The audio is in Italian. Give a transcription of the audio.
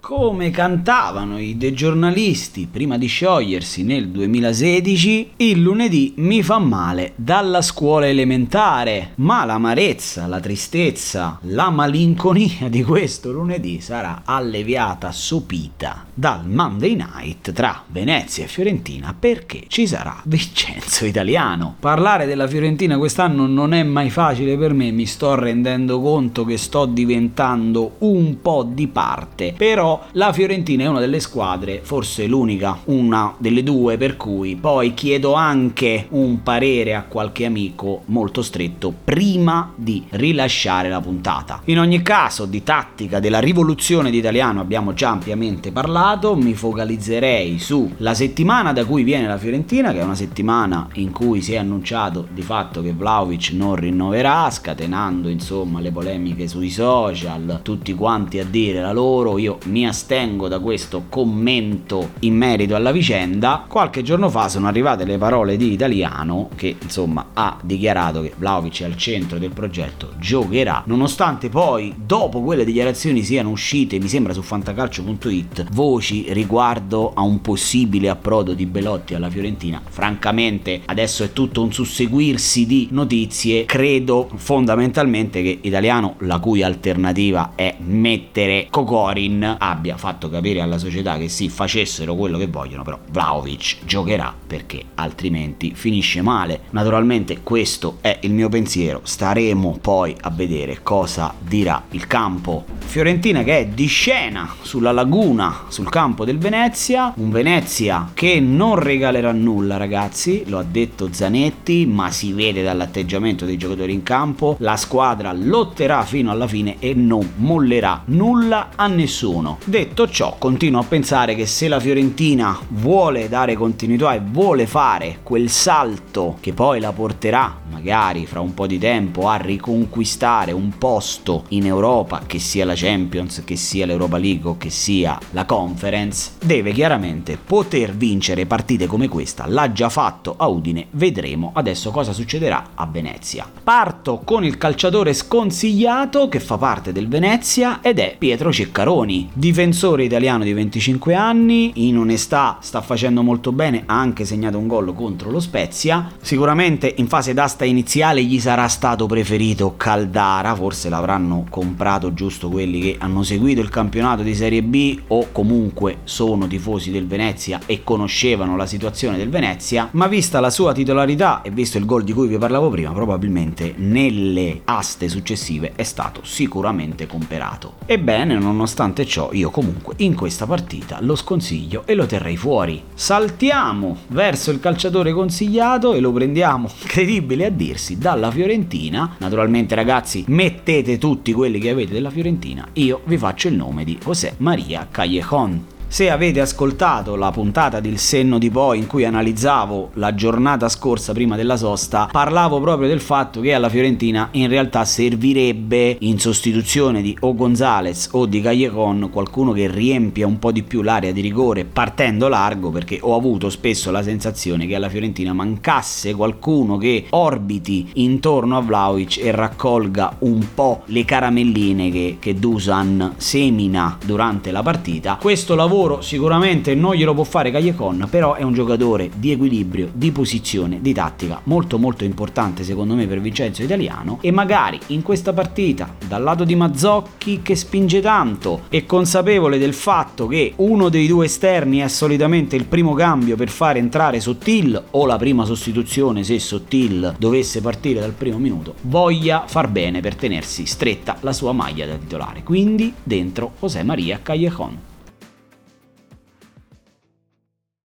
Come cantavano i dei giornalisti prima di sciogliersi nel 2016, il lunedì mi fa male dalla scuola elementare, ma l'amarezza, la tristezza, la malinconia di questo lunedì sarà alleviata, sopita dal Monday Night tra Venezia e Fiorentina, perché ci sarà Vincenzo Italiano. Parlare della Fiorentina quest'anno non è mai facile per me, mi sto rendendo conto che sto diventando un po' di parte, però la Fiorentina è una delle squadre, forse l'unica, una delle due, per cui poi chiedo anche un parere a qualche amico molto stretto prima di rilasciare la puntata. In ogni caso, di tattica della rivoluzione di Italiano abbiamo già ampiamente parlato, mi focalizzerei sulla settimana da cui viene la Fiorentina, che è una settimana in cui si è annunciato di fatto che Vlahovic non rinnoverà, scatenando insomma le polemiche sui social, tutti quanti a dire la loro. Io mi astengo da questo commento in merito alla vicenda. Qualche giorno fa sono arrivate le parole di Italiano, che insomma ha dichiarato che Vlahovic è al centro del progetto, giocherà, nonostante poi dopo quelle dichiarazioni siano uscite, mi sembra su fantacalcio.it, voci riguardo a un possibile approdo di Belotti alla Fiorentina. Francamente adesso è tutto un susseguirsi di notizie. Credo fondamentalmente che Italiano, la cui alternativa è mettere Kokorin, abbia fatto capire alla società che sì, facessero quello che vogliono, però Vlahovic giocherà perché altrimenti finisce male. Naturalmente questo è il mio pensiero, staremo poi a vedere cosa dirà il campo. Fiorentina che è di scena sulla laguna, sul campo del Venezia, un Venezia che non regalerà nulla, ragazzi, lo ha detto Zanetti, ma si vede dall'atteggiamento dei giocatori in campo, la squadra lotterà fino alla fine e non mollerà nulla a nessuno. Detto ciò, continuo a pensare che se la Fiorentina vuole dare continuità e vuole fare quel salto che poi la porterà magari fra un po' di tempo a riconquistare un posto in Europa, che sia la Champions, che sia l'Europa League o che sia la Conference, deve chiaramente poter vincere partite come questa. L'ha già fatto a Udine, vedremo adesso cosa succederà a Venezia. Parto con il calciatore sconsigliato che fa parte del Venezia ed è Pietro Ceccaroni, difensore italiano di 25 anni, in onestà sta facendo molto bene, ha anche segnato un gol contro lo Spezia. Sicuramente in fase d'asta iniziale gli sarà stato preferito Caldara, forse l'avranno comprato giusto quelli che hanno seguito il campionato di Serie B o comunque sono tifosi del Venezia e conoscevano la situazione del Venezia, ma vista la sua titolarità e visto il gol di cui vi parlavo prima, probabilmente nelle aste successive è stato sicuramente comperato. Ebbene, nonostante ciò, io comunque in questa partita lo sconsiglio e lo terrei fuori. Saltiamo verso il calciatore consigliato e lo prendiamo, incredibile a dirsi, dalla Fiorentina. Naturalmente, ragazzi, mettete tutti quelli che avete della Fiorentina, io vi faccio il nome di José María Callejon. Se avete ascoltato la puntata del Senno di Poi in cui analizzavo la giornata scorsa prima della sosta, parlavo proprio del fatto che alla Fiorentina in realtà servirebbe, in sostituzione di o Gonzalez o di Callejon, qualcuno che riempia un po' di più l'area di rigore partendo largo, perché ho avuto spesso la sensazione che alla Fiorentina mancasse qualcuno che orbiti intorno a Vlahovic e raccolga un po' le caramelline che Dusan semina durante la partita. Questo lavoro sicuramente non glielo può fare Callejon, però è un giocatore di equilibrio, di posizione, di tattica molto molto importante secondo me per Vincenzo Italiano, e magari in questa partita dal lato di Mazzocchi, che spinge tanto e consapevole del fatto che uno dei due esterni è solitamente il primo cambio per fare entrare Sottil o la prima sostituzione se Sottil dovesse partire dal primo minuto, voglia far bene per tenersi stretta la sua maglia da titolare, quindi dentro José María Callejon.